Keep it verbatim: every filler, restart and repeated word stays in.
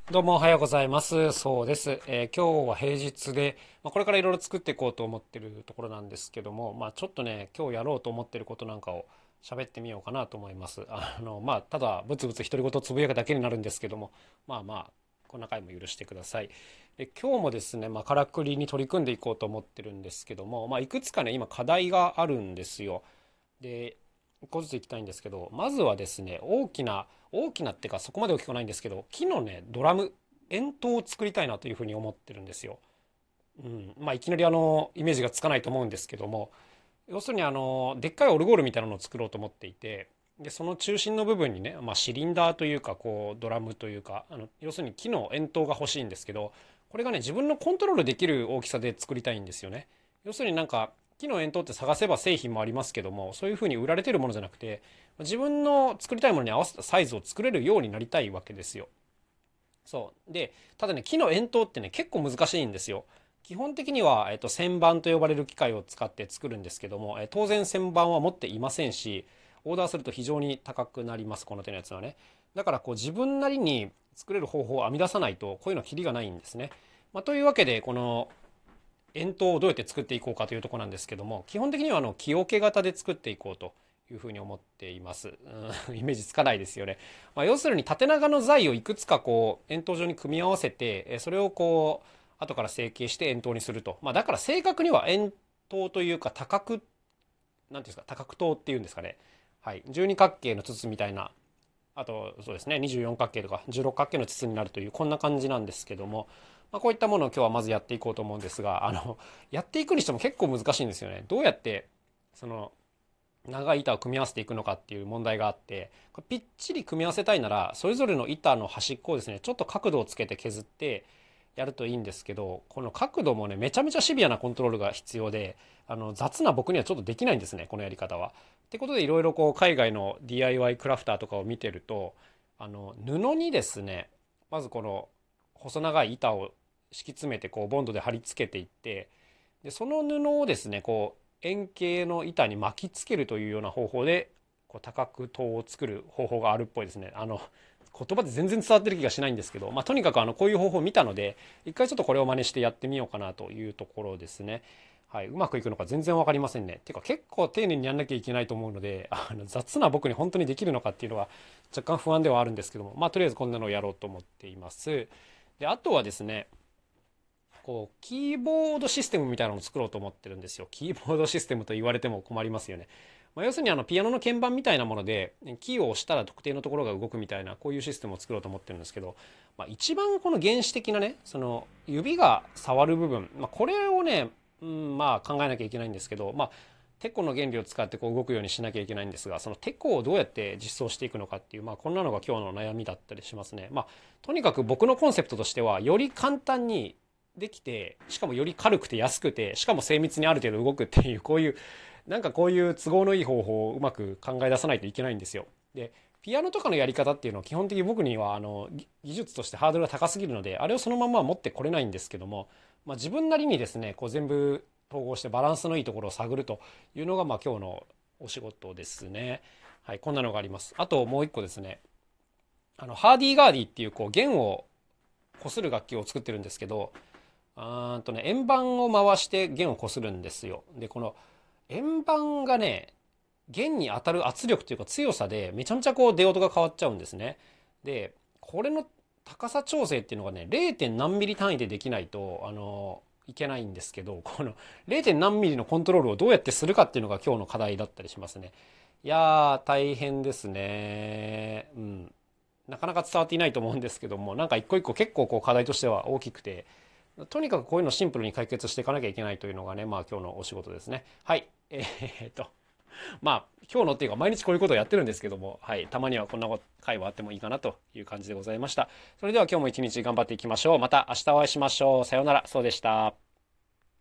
どうもおはようございます。そうです。えー今日は平日で、まあ、これからいろいろ作っていこうと思ってるところなんですけども、まあ、ちょっとね、今日やろうと思ってることなんかを喋ってみようかなと思います。あの、まあ、ただ、ブツブツ独り言つぶやくだけになるんですけども、まあまあ、こんな回も許してください。で、今日もですね、まあ、からくりに取り組んでいこうと思ってるんですけども、まあ、いくつかね、今課題があるんですよ。で、一個ずついきたいんですけど、まずはですね、大きな、大きなっていうかそこまで大きくないんですけど、木のね、ドラム、円筒を作りたいなというふうに思ってるんですよ。うん。まあ、いきなりあの、イメージがつかないと思うんですけども、要するにあの、でっかいオルゴールみたいなのを作ろうと思っていて、で、その中心の部分にね、まあ、シリンダーというか、こう、ドラムというか、あの、要するに木の円筒が欲しいんですけど、これがね、自分のコントロールできる大きさで作りたいんですよね。要するになんか、木の円筒って探せば製品もありますけども、そういうふうに売られてるものじゃなくて、自分の作りたいものに合わせたサイズを作れるようになりたいわけですよ。そう。で、ただね、木の円筒ってね、結構難しいんですよ。基本的には、えっと、旋盤と呼ばれる機械を使って作るんですけども、え当然旋盤は持っていませんし、オーダーすると非常に高くなります、この手のやつはね。だからこう自分なりに作れる方法を編み出さないと、こういうのキリがないんですね。まあ、というわけで、この円筒をどうやって作っていこうかというところなんですけども、基本的にはあの木桶型で作っていこうというふうに思っています。うん、イメージつかないですよね。まあ、要するに縦長の材をいくつかこう円筒状に組み合わせて、それをこう後から成形して円筒にすると。まあ、だから正確には円筒というか多角、なんていうんですか、多角筒っていうんですかね。はい。十二角形の筒みたいな、あとそうですね、にじゅうよん角形とかじゅうろく角形の筒になるというこんな感じなんですけども、まあ、こういったものを今日はまずやっていこうと思うんですが、あのやっていくにしても結構難しいんですよね。どうやってその長い板を組み合わせていくのかっていう問題があって、ぴっちり組み合わせたいならそれぞれの板の端っこをですね、ちょっと角度をつけて削ってやるといいんですけど、この角度もね、めちゃめちゃシビアなコントロールが必要で、あの雑な僕にはちょっとできないんですね、このやり方は。ってことでいろいろこう海外の ディーアイワイ クラフターとかを見てると、あの布にですね、まずこの細長い板を敷き詰めてこうボンドで貼り付けていって、でその布をですね、こう円形の板に巻きつけるというような方法でこう多角塔を作る方法があるっぽいですね。あの言葉で全然伝わってる気がしないんですけど、まあ、とにかくあのこういう方法を見たので、一回ちょっとこれを真似してやってみようかなというところですね。はい、うまくいくのか全然わかりませんね。ていうか結構丁寧にやんなきゃいけないと思うので、あの雑な僕に本当にできるのかっていうのは若干不安ではあるんですけども、まあとりあえずこんなのをやろうと思っています。で、あとはですね、こうキーボードシステムみたいなのを作ろうと思ってるんですよ。キーボードシステムと言われても困りますよね。まあ、要するにあのピアノの鍵盤みたいなものでキーを押したら特定のところが動くみたいな、こういうシステムを作ろうと思ってるんですけど、まあ、一番この原始的なね、その指が触る部分、まあ、これをね、うん、まあ考えなきゃいけないんですけど、まあテコの原理を使ってこう動くようにしなきゃいけないんですが、そのテコをどうやって実装していくのかっていう、まあ、こんなのが今日の悩みだったりしますね。まあ、とにかく僕のコンセプトとしては、より簡単にできて、しかもより軽くて安くて、しかも精密にある程度動くっていう、こういう、なんかこういう都合のいい方法をうまく考え出さないといけないんですよ。で、ピアノとかのやり方っていうのは基本的に僕にはあの技術としてハードルが高すぎるので、あれをそのまま持ってこれないんですけども、まあ、自分なりにですね、こう全部統合してバランスのいいところを探るというのがまあ今日のお仕事ですね。はい、こんなのがあります。あともう一個ですね、あのハーディーガーディっていうこう弦を擦る楽器を作ってるんですけど、あーんとね、円盤を回して弦をこするんですよ。で、この円盤がね、弦に当たる圧力というか強さでめちゃめちゃこう出音が変わっちゃうんですね。で、これの高さ調整っていうのがね、れい. 点何ミリ単位でできないと、あの、いけないんですけど、この れい. 点何ミリのコントロールをどうやってするかっていうのが今日の課題だったりしますね。いやー、大変ですね。うん。なかなか伝わっていないと思うんですけども、なんか一個一個結構こう課題としては大きくて、とにかくこういうのをシンプルに解決していかなきゃいけないというのがね、まあ今日のお仕事ですね。はい。えー、っと、まあ今日のっていうか毎日こういうことをやってるんですけども、はい。たまにはこんな会話あってもいいかなという感じでございました。それでは今日も一日頑張っていきましょう。また明日お会いしましょう。さようなら。そうでした。